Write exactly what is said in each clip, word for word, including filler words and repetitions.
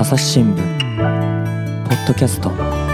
朝日新聞ポッドキャスト。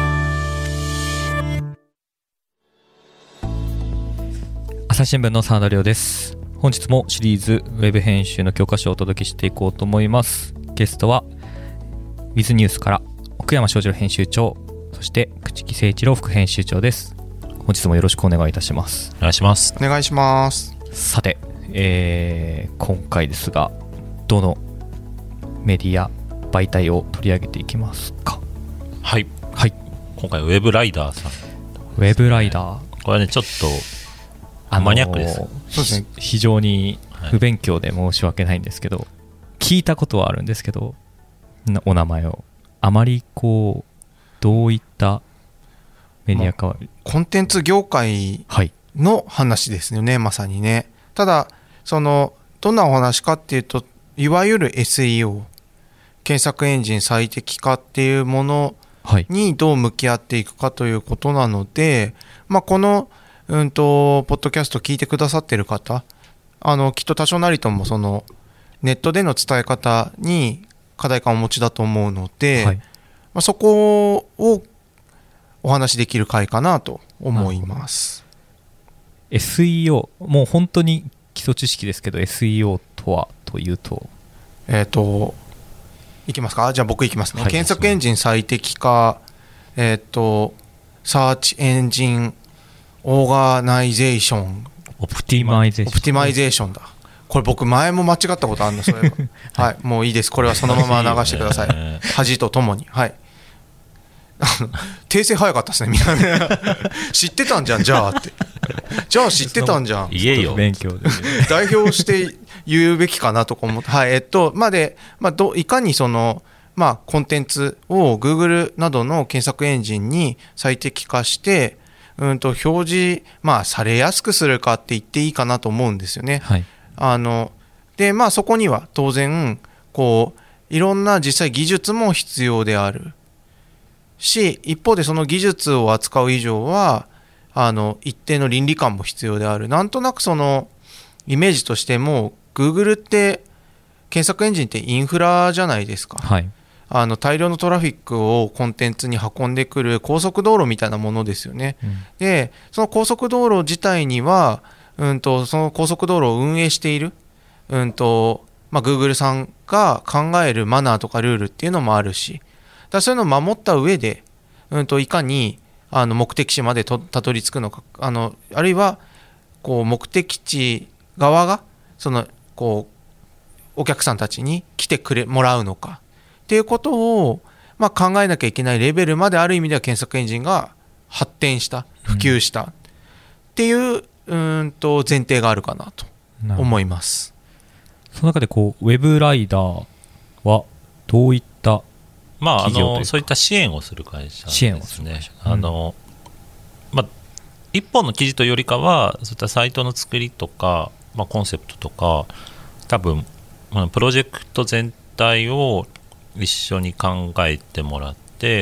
朝日新聞の澤田亮です。本日もシリーズウェブ編集の教科書をお届けしていこうと思います。ゲストはウィズニュースから奥山翔二郎編集長、そして朽木誠一郎副編集長です。本日もよろしくお願いいたします。 お願いします。 お願いします。 さて、えー、今回ですがどのメディア媒体を取り上げていきますか？ はい、 はい、 今回ウェブライダーさん、 ウェブライダー、 これはねちょっとマニアックです。 そうですね、 非常に不勉強で申し訳ないんですけど、はい、聞いたことはあるんですけどお名前をあまりこうどういったメディアかは、 コンテンツ業界の話ですよね、はい、まさにね。ただそのどんなお話かっていうと、いわゆる エスイーオー 検索エンジン最適化っていうものにどう向き合っていくかということなので、まあ、このうんとポッドキャスト聞いてくださっている方、あのきっと多少なりともそのネットでの伝え方に課題感をお持ちだと思うので、はい、まあ、そこをお話しできる回かなと思います。 エスイーオー、もう本当に基礎知識ですけど エスイーオー とはというとえっといきますか。じゃあ僕いきますね、はい、検索エンジン最適化、えっとサーチエンジンオーガナイゼーション、 オプティマイゼーション、 オプティマイゼーションだ。これ僕前も間違ったことあるの、それははい、もういいです。これはそのまま流してください。恥とともに。はい。訂正早かったですね、みんな。知ってたんじゃん、じゃあって。じゃあ知ってたんじゃん。 言えよ。 勉強で代表して言うべきかなとか思って、はい、えっと、まあで、まあ、どいかにその、まあ、コンテンツを Google などの検索エンジンに最適化して、うんと表示、まあ、されやすくするかって言っていいかなと思うんですよね。 はい、 あので、まあ、そこには当然こういろんな実際技術も必要であるし、一方でその技術を扱う以上はあの一定の倫理観も必要である。なんとなくそのイメージとしても Google って検索エンジンってインフラじゃないですか。 はい、 あの大量のトラフィックをコンテンツに運んでくる高速道路みたいなものですよね。うん、でその高速道路自体には、うんとその高速道路を運営している、うんとまあ、Google さんが考えるマナーとかルールっていうのもあるし、だそういうのを守った上で、うんといかにあの目的地までとたどり着くのか、あのあるいはこう目的地側がそのこうお客さんたちに来てくれもらうのかっていうことを、まあ、考えなきゃいけないレベルまで、ある意味では検索エンジンが発展した、普及したっていう、うん、うんと前提があるかなと思います。 その中でこうウェブライダーはどういったまあ、あのそういった支援をする会社ですね。あの、まあ、一本の記事というよりかはそういったサイトの作りとか、まあ、コンセプトとか多分、まあ、プロジェクト全体を一緒に考えてもらって、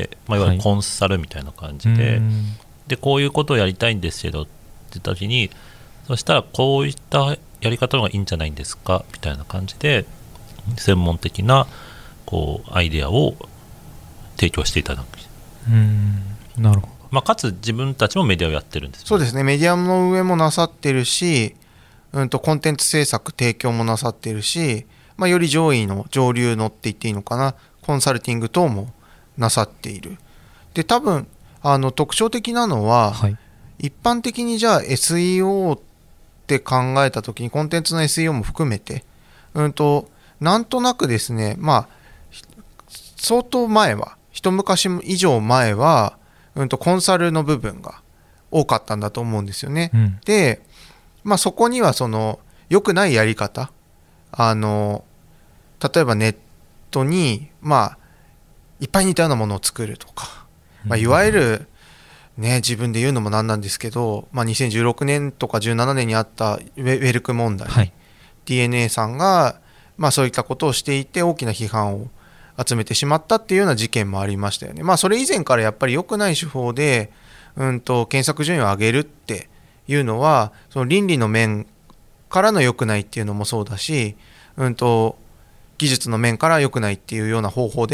まあ、いわゆるコンサルみたいな感じで、はい、でこういうことをやりたいんですけどって言った時に、そしたらこういったやり方の方がいいんじゃないんですかみたいな感じで専門的なこうアイデアを提供していただく。 うーん、なるほど。 まあ、かつ自分たちもメディアをやってるんです、ね、 そうですね。メディアの上もなさってるし、うんとコンテンツ制作提供もなさってるし、まあ、より上位の上流のって言っていいのかな、コンサルティング等もなさっている。で多分あの特徴的なのは、はい、一般的にじゃあ エスイーオー って考えた時にコンテンツの エスイーオー も含めて、うんとなんとなくですね、まあ相当前は一昔以上前は、うんとコンサルの部分が多かったんだと思うんですよね。うん、で、まあ、そこにはその良くないやり方、あの例えばネットに、まあ、いっぱい似たようなものを作るとか、まあ、いわゆる、ね、自分で言うのもなんなんですけど、まあ、にせんじゅうろくねんとかじゅうななねんにあったウェ、ウェルク問題、はい、ディーエヌエー さんが、まあ、そういったことをしていて大きな批判を集めてしまったっていうような事件もありましたよね。まあ、それ以前からやっぱり良くない手法で、うんと検索順位を上げるっていうのはその倫理の面からの良くないっていうのもそうだし、うんと技術の面から良くないっていうような方法で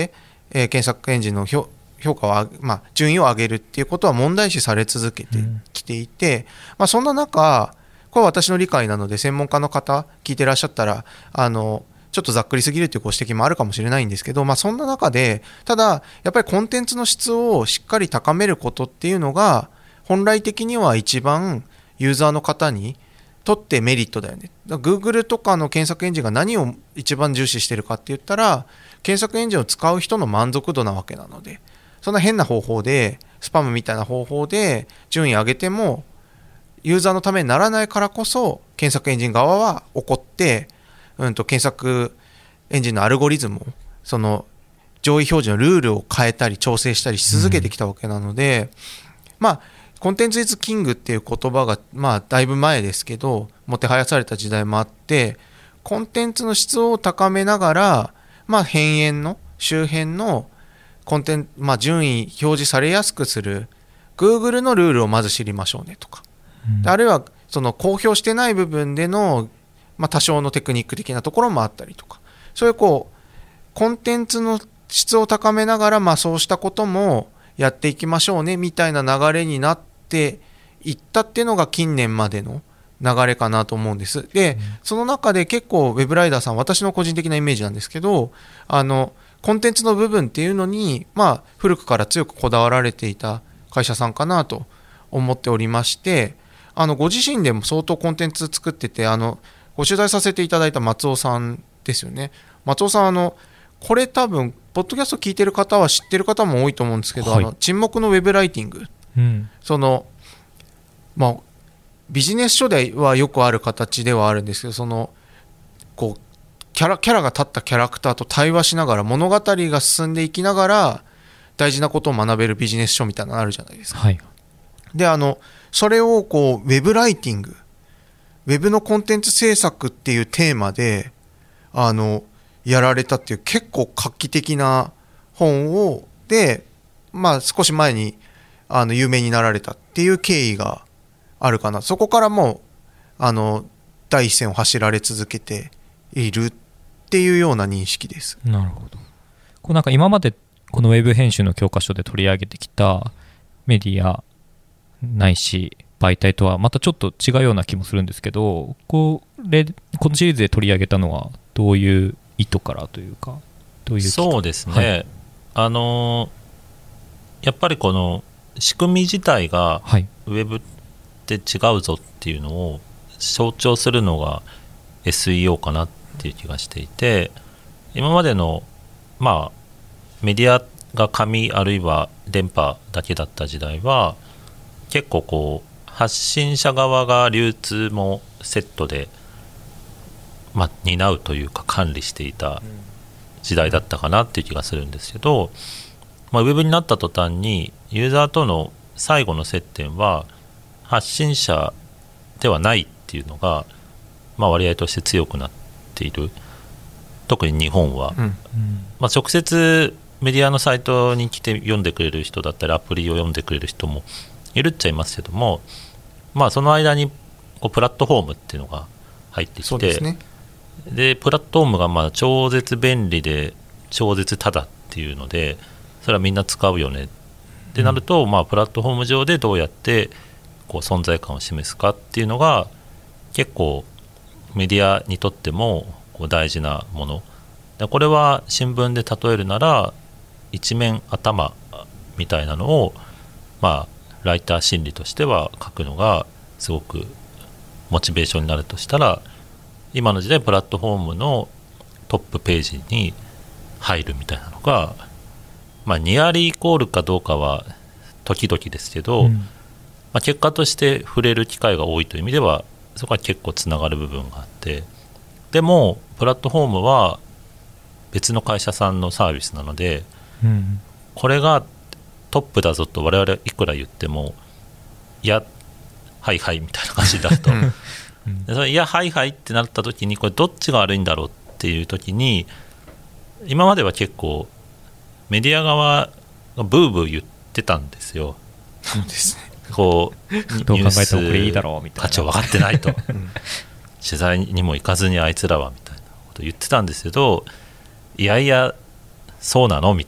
えー、検索エンジンの評評価を、まあ、順位を上げるっていうことは問題視され続けてきていて、うんまあ、そんな中これは私の理解なので専門家の方聞いてらっしゃったらあのちょっとざっくりすぎるというご指摘もあるかもしれないんですけど、まあ、そんな中でただやっぱりコンテンツの質をしっかり高めることっていうのが本来的には一番ユーザーの方にとってメリットだよね。だから Google とかの検索エンジンが何を一番重視してるかって言ったら検索エンジンを使う人の満足度なわけなので、そんな変な方法でスパムみたいな方法で順位上げてもユーザーのためにならないからこそ検索エンジン側は怒って、うん、と検索エンジンのアルゴリズムをその上位表示のルールを変えたり調整したりし続けてきたわけなので、うん、まあコンテンツイズキングっていう言葉がまあだいぶ前ですけどもてはやされた時代もあって、コンテンツの質を高めながらまあ辺縁の周辺のコンテンツ、まあ、順位表示されやすくする Google のルールをまず知りましょうねとか、うん、あるいはその公表してない部分での、まあ、多少のテクニック的なところもあったりとか、そういうこうコンテンツの質を高めながら、まあ、そうしたこともやっていきましょうねみたいな流れになっていったっていうのが近年までの流れかなと思うんです。で、うん、その中で結構ウェブライダーさん、私の個人的なイメージなんですけど、あのコンテンツの部分っていうのに、まあ、古くから強くこだわられていた会社さんかなと思っておりまして、あのご自身でも相当コンテンツ作ってて、あのご取材させていただいた松尾さんですよね。松尾さん、あのこれ多分ポッドキャスト聞いてる方は知ってる方も多いと思うんですけど、はい、あの沈黙のウェブライティング、うん、そのまあビジネス書ではよくある形ではあるんですけど、そのこうキャラ、キャラが立ったキャラクターと対話しながら物語が進んでいきながら大事なことを学べるビジネス書みたいなのあるじゃないですか、はい、であのそれをこうウェブライティング、ウェブのコンテンツ制作っていうテーマであのやられたっていう結構画期的な本をで、まあ、少し前にあの有名になられたっていう経緯があるかな。そこからもうあの第一線を走られ続けているっていうような認識です。 なるほど。こうなんか今までこのウェブ編集の教科書で取り上げてきたメディアないし媒体とはまたちょっと違うような気もするんですけど、これこのシリーズで取り上げたのはどういう意図からというか、どういうそうですね、はい、あのやっぱりこの仕組み自体がウェブって違うぞっていうのを象徴するのが エスイーオー かなっていう気がしていて、今までのまあメディアが紙あるいは電波だけだった時代は結構こう発信者側が流通もセットで、まあ、担うというか管理していた時代だったかなっていう気がするんですけど、まあ、ウェブになった途端にユーザーとの最後の接点は発信者ではないっていうのが、まあ、割合として強くなっている。特に日本は、うんまあ、直接メディアのサイトに来て読んでくれる人だったりアプリを読んでくれる人もいるっちゃいますけども、まあ、その間にこうプラットフォームっていうのが入ってきて、そうですね、でプラットフォームがまあ超絶便利で超絶タダっていうのでそれはみんな使うよねってなると、うん、まあプラットフォーム上でどうやってこう存在感を示すかっていうのが結構メディアにとってもこう大事なもので、これは新聞で例えるなら一面頭みたいなのをまあライター心理としては書くのがすごくモチベーションになるとしたら、今の時代プラットフォームのトップページに入るみたいなのが、まあ、ニアリーイコールかどうかは時々ですけど、うんまあ、結果として触れる機会が多いという意味ではそこは結構つながる部分があって、でもプラットフォームは別の会社さんのサービスなので、うん、これがトップだぞと我々いくら言ってもいやはいはいみたいな感じだとでそれいやはいはいってなった時にこれどっちが悪いんだろうっていう時に、今までは結構メディア側がブーブー言ってたんですよ。 そうですね、 こうどう考えてもこれいいだろうみたいな、 価値は分かってないと、うん、取材にも行かずにあいつらはみたいなこと言ってたんですけど、いやいやそうなのみたいな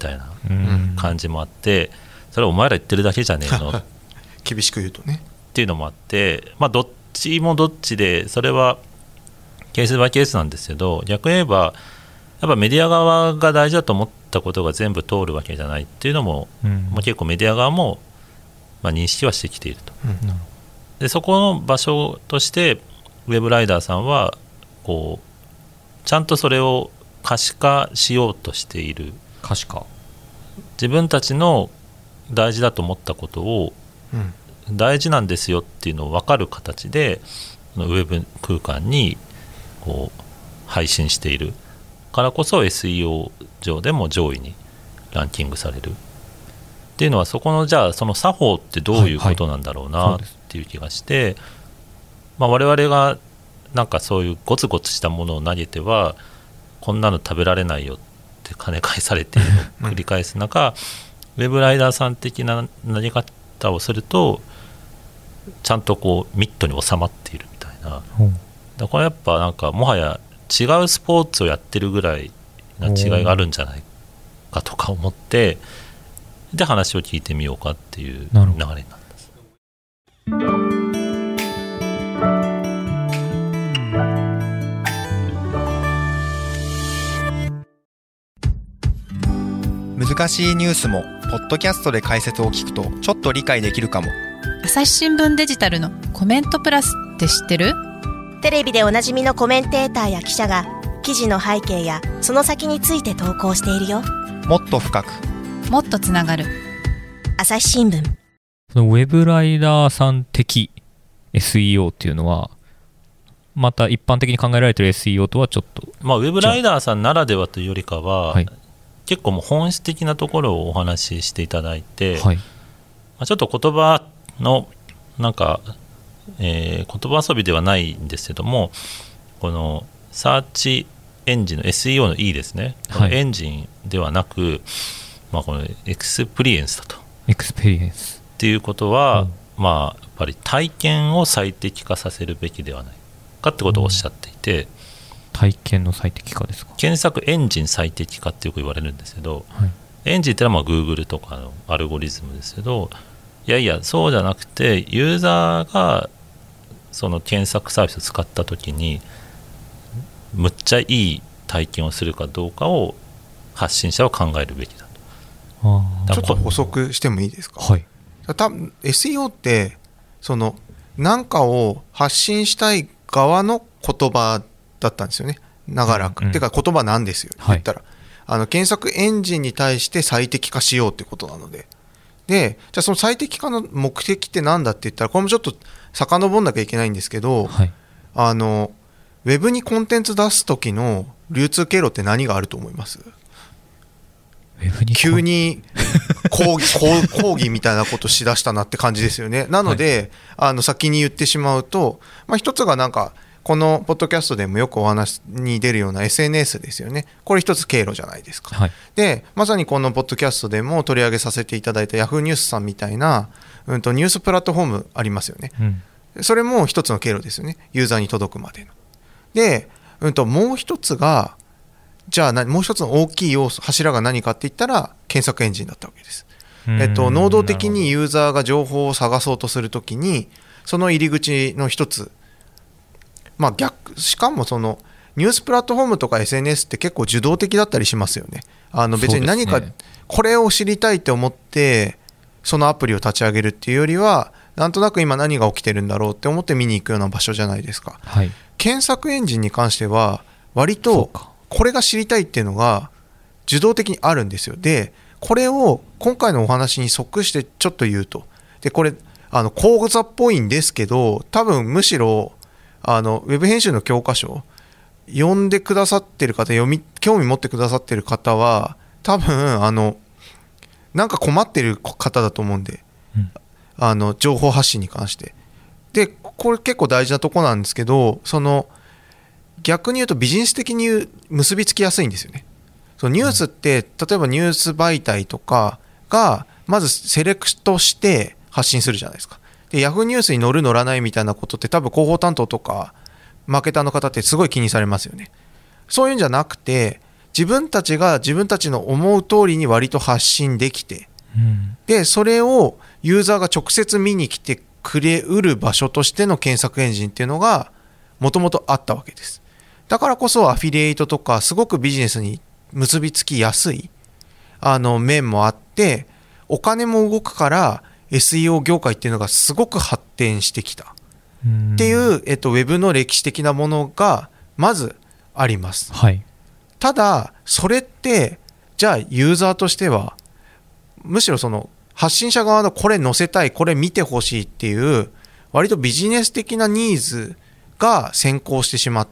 感じもあって、それはお前ら言ってるだけじゃねえの厳しく言うとねっていうのもあって、まあ、どっちもどっちでそれはケースバイケースなんですけど、逆に言えばやっぱメディア側が大事だと思ったことが全部通るわけじゃないっていうのも、うんまあ、結構メディア側もまあ認識はしてきていると、うん、でそこの場所としてウェブライダーさんはこうちゃんとそれを可視化しようとしている。 可視化、 自分たちの大事だと思ったことを、うん、大事なんですよっていうのを分かる形でウェブ空間にこう配信しているからこそ エスイーオー 上でも上位にランキングされるっていうのは、そこのじゃあその作法ってどういうことなんだろうなっていう気がして、はいはい、まあ、我々がなんかそういうゴツゴツしたものを投げてはこんなの食べられないよって金返されているのを繰り返す中ウェブライダーさん的な投げ方をするとちゃんとこうミットに収まっているみたいな、うん、だからやっぱなんかもはや違うスポーツをやってるぐらいな違いがあるんじゃないかとか思って、で話を聞いてみようかっていう流れになったんです。 難しいニュースもポッドキャストで解説を聞くとちょっと理解できるかも。 朝日新聞デジタルのコメントプラスって知ってる？ テレビでおなじみのコメンテーターや記者が記事の背景やその先について投稿しているよ。 もっと深く、 もっとつながる。 朝日新聞。 そのウェブライダーさん的 エスイーオー っていうのはまた一般的に考えられている エスイーオー とはちょっと、 まあ、ウェブライダーさんならではというよりかは、はい、結構もう本質的なところをお話ししていただいて、はい、まあ、ちょっと言葉のなんか、えー、言葉遊びではないんですけども、このサーチエンジンの エスイーオー の E ですね、はい、エンジンではなく、まあ、このエクスペリエンスだとエクスペリエンスっていうことは、うん、まあ、やっぱり体験を最適化させるべきではないかってことをおっしゃっていて、うん、 体験の最適化ですか。 検索エンジン最適化ってよく言われるんですけど、はい、エンジンってのはまあ Google とかのアルゴリズムですけど、いやいやそうじゃなくてユーザーがその検索サービスを使った時にむっちゃいい体験をするかどうかを発信者は考えるべきだと。 ちょっと補足してもいいですか。 はい、 多分 エスイーオー ってその何かを発信したい側の言葉だったんですよね、長らく、うん、てか言葉なんですよ、言ったら、はい、あの検索エンジンに対して最適化しようってことなので、でじゃあその最適化の目的って何だって言ったら、これもちょっと遡んなきゃいけないんですけど、はい、あのウェブにコンテンツ出す時の流通経路って何があると思います？ ウェブに急に講義、講義みたいなことしだしたなって感じですよね。なので、はい、あの先に言ってしまうと、まあ、一つがなんかこのポッドキャストでもよくお話に出るような エスエヌエス ですよね。これ一つ経路じゃないですか、はい、でまさにこのポッドキャストでも取り上げさせていただいた Yahoo ニュースさんみたいな、うん、とニュースプラットフォームありますよね、うん、それも一つの経路ですよね、ユーザーに届くまでの。で、うん、ともう一つがじゃあもう一つの大きい要素柱が何かって言ったら検索エンジンだったわけです。えっと、能動的にユーザーが情報を探そうとするときにその入り口の一つ、まあ、逆しかもそのニュースプラットフォームとか エスエヌエス って結構受動的だったりしますよね。あの別に何かこれを知りたいって思ってそのアプリを立ち上げるっていうよりは、なんとなく今何が起きてるんだろうって思って見に行くような場所じゃないですか、はい、検索エンジンに関しては割とこれが知りたいっていうのが受動的にあるんですよ。でこれを今回のお話に即してちょっと言うと、でこれあの講座っぽいんですけど、多分むしろあのウェブ編集の教科書読んでくださってる方、読み興味持ってくださってる方は多分あのなんか困ってる方だと思うんで、うん、あの情報発信に関して。でこれ結構大事なとこなんですけど、その逆に言うとビジネス的に結びつきやすいんですよね。そのニュースって例えばニュース媒体とかがまずセレクトして発信するじゃないですか。で Yahoo ニュースに載る載らないみたいなことって多分広報担当とかマーケターの方ってすごい気にされますよね。そういうんじゃなくて、 自分たちが自分たちの思う通りに割と発信できて、うん、でそれをユーザーが直接見に来てくれうる場所としての検索エンジンっていうのがもともとあったわけです。だからこそアフィリエイトとかすごくビジネスに結びつきやすいあの面もあって、お金も動くから エスイーオー 業界っていうのがすごく発展してきたっていう、えっと、ウェブの歴史的なものがまずあります、はい、ただそれってじゃあユーザーとしてはむしろその発信者側のこれ載せたい、これ見てほしいっていう割とビジネス的なニーズが先行してしまって、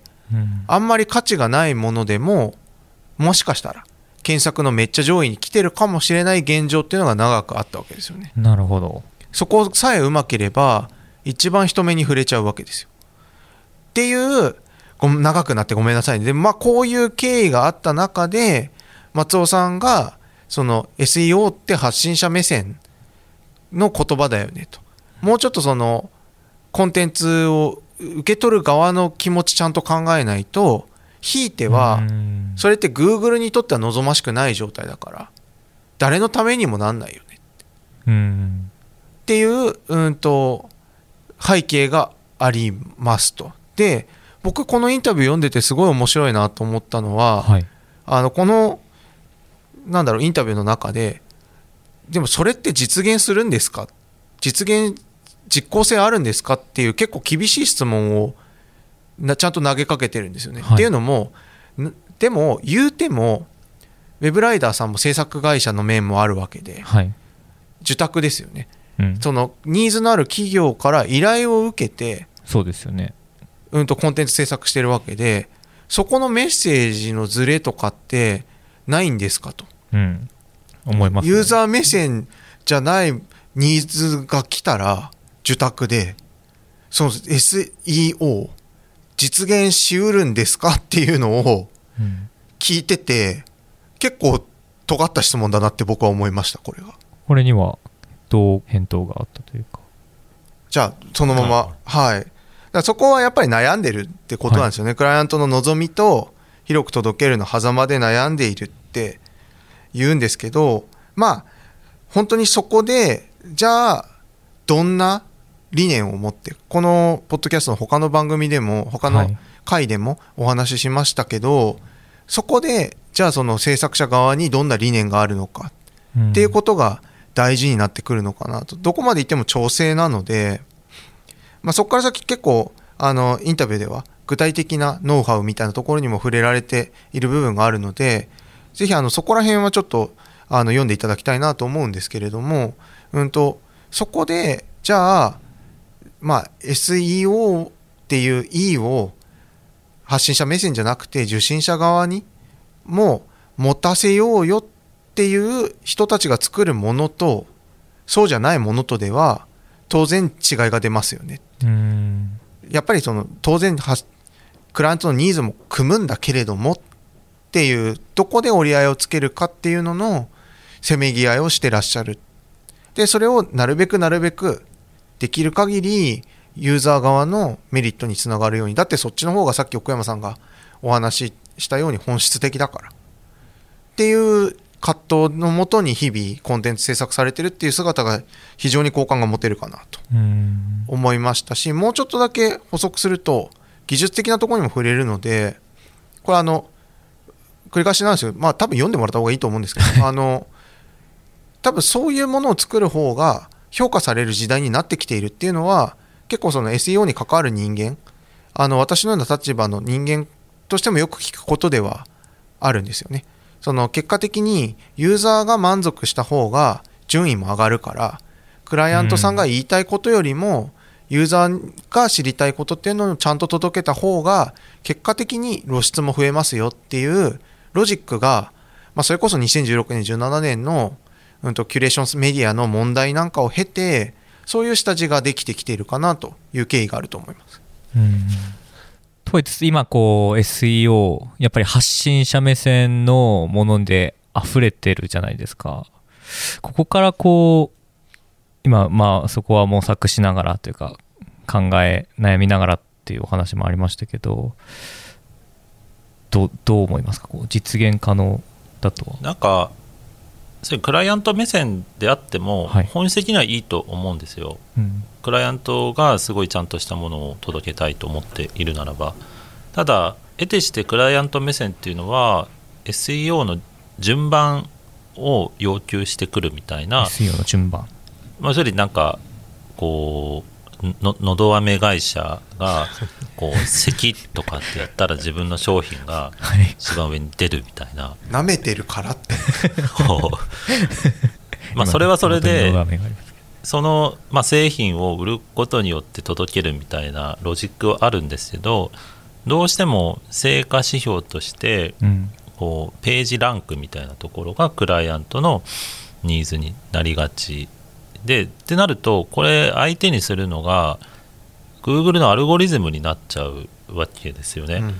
うん、あんまり価値がないものでももしかしたら検索のめっちゃ上位に来てるかもしれない現状っていうのが長くあったわけですよね。 なるほど。 そこさえうまければ一番人目に触れちゃうわけですよっていうご長くなってごめんなさいね。で、まあ、こういう経緯があった中で松尾さんがその エスイーオー って発信者目線の言葉だよねと、もうちょっとそのコンテンツを受け取る側の気持ちちゃんと考えないと、ひいてはそれって Google にとっては望ましくない状態だから誰のためにもなんないよねっていううんと背景がありますと。で、僕このインタビュー読んでてすごい面白いなと思ったのは、はい、あのこのなんだろうインタビューの中で、でもそれって実現するんですか、実現実効性あるんですかっていう結構厳しい質問をなちゃんと投げかけてるんですよね、はい、っていうのもでも言うてもウェブライダーさんも制作会社の面もあるわけで、はい、受託ですよね、うん、そのニーズのある企業から依頼を受けてそうですよね、 うんとコンテンツ制作してるわけで、そこのメッセージのズレとかってないんですかと、うん、思いますね。ユーザー目線じゃないニーズが来たら受託でその エスイーオー 実現しうるんですかっていうのを聞いてて、結構尖った質問だなって僕は思いました。これがこれにはどう返答があったというか、 じゃあそのまま、はい、だからそこはやっぱり悩んでるってことなんですよね、はい、クライアントの望みと広く届けるの狭間で悩んでいるって言うんですけど、まあ本当にそこでじゃあどんな理念を持って、このポッドキャストの他の番組でも他の回でもお話ししましたけど、はい、そこでじゃあその制作者側にどんな理念があるのかっていうことが大事になってくるのかなと、うん、どこまでいっても調整なので、まあ、そこから先結構あのインタビューでは具体的なノウハウみたいなところにも触れられている部分があるので、ぜひあのそこら辺はちょっとあの読んでいただきたいなと思うんですけれども、うんとそこでじゃあまあ エスイーオー っていう E を発信者目線じゃなくて受信者側にも持たせようよっていう人たちが作るものとそうじゃないものとでは当然違いが出ますよね。うーん、やっぱりその当然クライアントのニーズも組むんだけれどもっていうどこで折り合いをつけるかっていうののせめぎ合いをしてらっしゃる。でそれをなるべくなるべくできる限りユーザー側のメリットにつながるように、だってそっちの方がさっき奥山さんがお話ししたように本質的だからっていう葛藤のもとに日々コンテンツ制作されてるっていう姿が非常に好感が持てるかなと思いましたし、もうちょっとだけ補足すると技術的なところにも触れるので、これあの繰り返しなんですけど、まあ多分読んでもらった方がいいと思うんですけどあの多分そういうものを作る方が評価される時代になってきているっていうのは結構その エスイーオー に関わる人間、あの私のような立場の人間としてもよく聞くことではあるんですよね。その結果的にユーザーが満足した方が順位も上がるから、クライアントさんが言いたいことよりもユーザーが知りたいことっていうのをちゃんと届けた方が結果的に露出も増えますよっていうロジックが、まあ、それこそにせんじゅうろくねんじゅうななねんのうんとキュレーションメディアの問題なんかを経てそういう下地ができてきているかなという経緯があると思います。うん、 といつ今こう エスイーオー やっぱり発信者目線のもので溢れてるじゃないですか。ここからこう今まあそこは模索しながらというか考え悩みながらっていうお話もありましたけど、 ど, どう思いますか？こう実現可能だと。 なんかそういうクライアント目線であっても、はい、本質的にはいいと思うんですよ、うん、クライアントがすごいちゃんとしたものを届けたいと思っているならば。ただ得てしてクライアント目線っていうのは エスイーオー の順番を要求してくるみたいな。 エスイーオー の順番、 まあ、それでなんかこうののど飴会社がこう咳とかってやったら自分の商品が一番上に出るみたいな、 舐めてるからってまあそれはそれでその、まあ、製品を売ることによって届けるみたいなロジックはあるんですけど、どうしても成果指標としてこうページランクみたいなところがクライアントのニーズになりがちで、ってなるとこれ相手にするのが Google のアルゴリズムになっちゃうわけですよね、うん、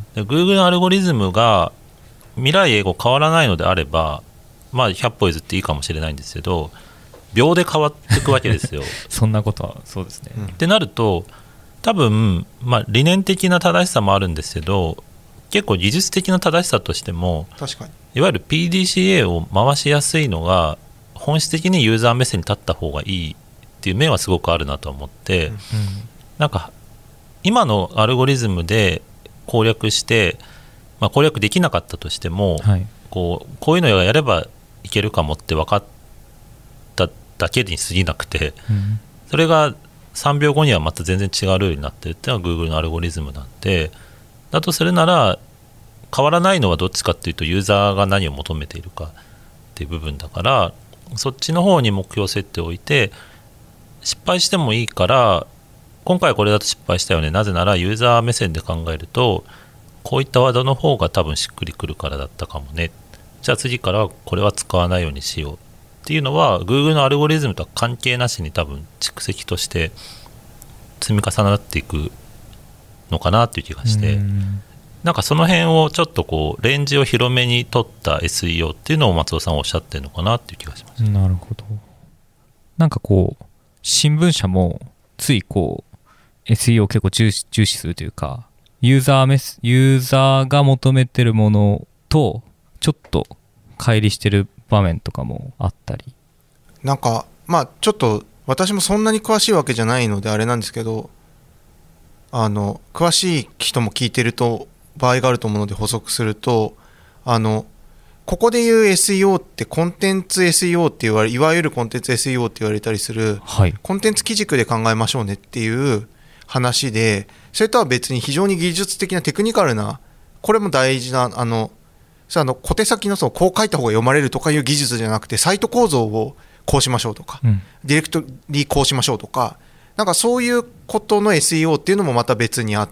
で Google のアルゴリズムが未来永劫変わらないのであれば、まあひゃっぽ譲っていいかもしれないんですけど、秒で変わっていくわけですよそんなことはそうですね、 うん、ってなると多分、まあ、理念的な正しさもあるんですけど、結構技術的な正しさとしても確かにいわゆる ピーディーシーエー を回しやすいのが本質的にユーザー目線に立った方がいいっていう面はすごくあるなと思って、うん、なんか今のアルゴリズムで攻略して、まあ、攻略できなかったとしても、はい、こう、こういうのをやればいけるかもって分かっただけに過ぎなくて、うん、それがさんびょうごにはまた全然違うルールになってるっていうのが Google のアルゴリズムなんで、だとするなら変わらないのはどっちかっていうとユーザーが何を求めているかっていう部分だから、そっちの方に目標設定を置いて、失敗してもいいから今回これだと失敗したよね、なぜならユーザー目線で考えるとこういったワードの方が多分しっくりくるからだったかもね、じゃあ次からこれは使わないようにしようっていうのは Google のアルゴリズムとは関係なしに多分蓄積として積み重なっていくのかなっていう気がして、んなんかその辺をちょっとこうレンジを広めに取った エスイーオー っていうのを松尾さんはおっしゃってるのかなっていう気がします。 なるほど。なんかこう新聞社もついこう エスイーオー を結構重視、重視するというか、ユーザーメスユーザーが求めてるものとちょっと乖離してる場面とかもあったり。 なんかまあちょっと私もそんなに詳しいわけじゃないのであれなんですけど、あの詳しい人も聞いてると場合があると思うので補足すると、あのここで言う エスイーオー ってコンテンツ エスイーオー って言われ、いわゆるコンテンツ エスイーオー って言われたりする、はい、コンテンツ基軸で考えましょうねっていう話で、それとは別に非常に技術的なテクニカルな、これも大事な、あのあの小手先のそうこう書いた方が読まれるとかいう技術じゃなくて、サイト構造をこうしましょうとか、うん、ディレクトリこうしましょうとか、なんかそういうことの エスイーオー っていうのもまた別にあって、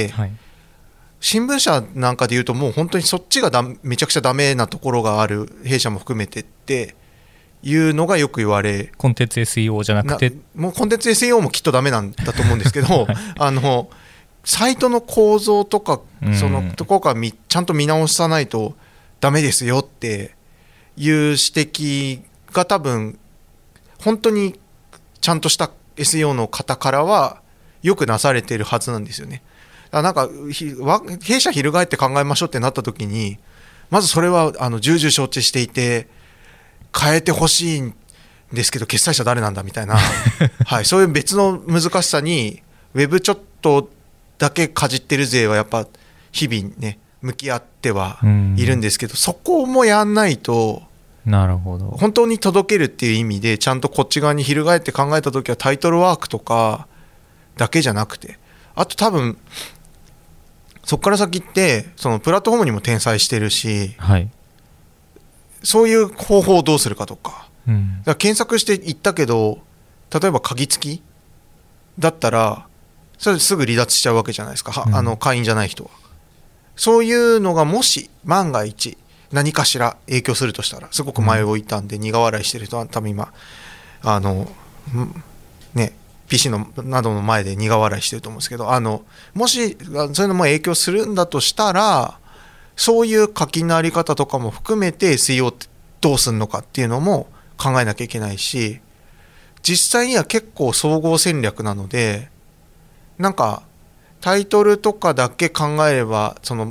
はい、新聞社なんかでいうともう本当にそっちがだめちゃくちゃダメなところがある、弊社も含めてっていうのがよく言われ、 コンテンツ エスイーオー じゃなくてなもうコンテンツ エスイーオー もきっとダメなんだと思うんですけど、はい、あのサイトの構造とかそのところからみちゃんと見直さないとダメですよっていう指摘が多分本当にちゃんとした エスイーオー の方からはよくなされているはずなんですよね。なんか弊社翻って考えましょうってなった時に、まずそれはあの重々承知していて変えてほしいんですけど決済者誰なんだみたいな、はい、そういう別の難しさにウェブちょっとだけかじってる勢はやっぱ日々ね向き合ってはいるんですけど、そこもやんないと、 なるほど、 本当に届けるっていう意味でちゃんとこっち側に翻って考えた時はタイトルワークとかだけじゃなくて、あと多分そこから先ってそのプラットフォームにも転載してるし、はい、そういう方法をどうするかとか、うん、だから検索していったけど例えば鍵付きだったらそれすぐ離脱しちゃうわけじゃないですか、うん、あの会員じゃない人は。そういうのがもし万が一何かしら影響するとしたら、すごく前を置いたんで苦笑いしてる人は多分今あのねピーシー のなどの前で苦笑いしてると思うんですけど、あのもしそういうのも影響するんだとしたら、そういう書きのあり方とかも含めて エスイーオー ってどうするのかっていうのも考えなきゃいけないし、実際には結構総合戦略なので、なんかタイトルとかだけ考えればその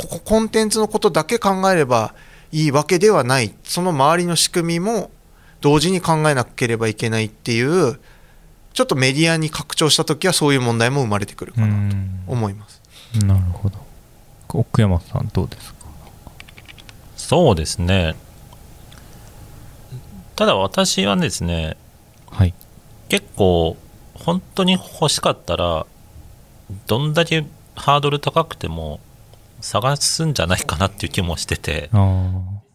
ここコンテンツのことだけ考えればいいわけではない、その周りの仕組みも同時に考えなければいけないっていう、ちょっとメディアに拡張したときはそういう問題も生まれてくるかなと思います。 なるほど。奥山さんどうですか？ そうですね、ただ私はですね、 はい、 結構本当に欲しかったらどんだけハードル高くても探すんじゃないかなっていう気もしてて、 あ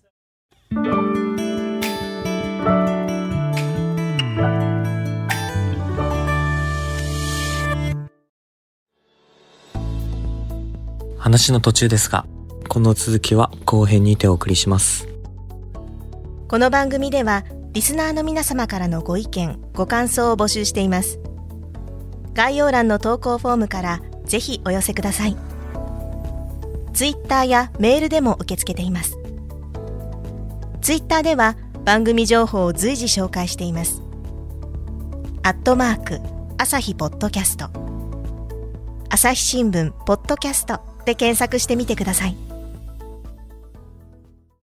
話の途中ですが、この続きは後編にてお送りします。 この番組ではリスナーの皆様からのご意見ご感想を募集しています。概要欄の投稿フォームからぜひお寄せください。ツイッターやメールでも受け付けています。ツイッターでは番組情報を随時紹介しています。アットマーク朝日ポッドキャスト、朝日新聞ポッドキャストで検索してみてください。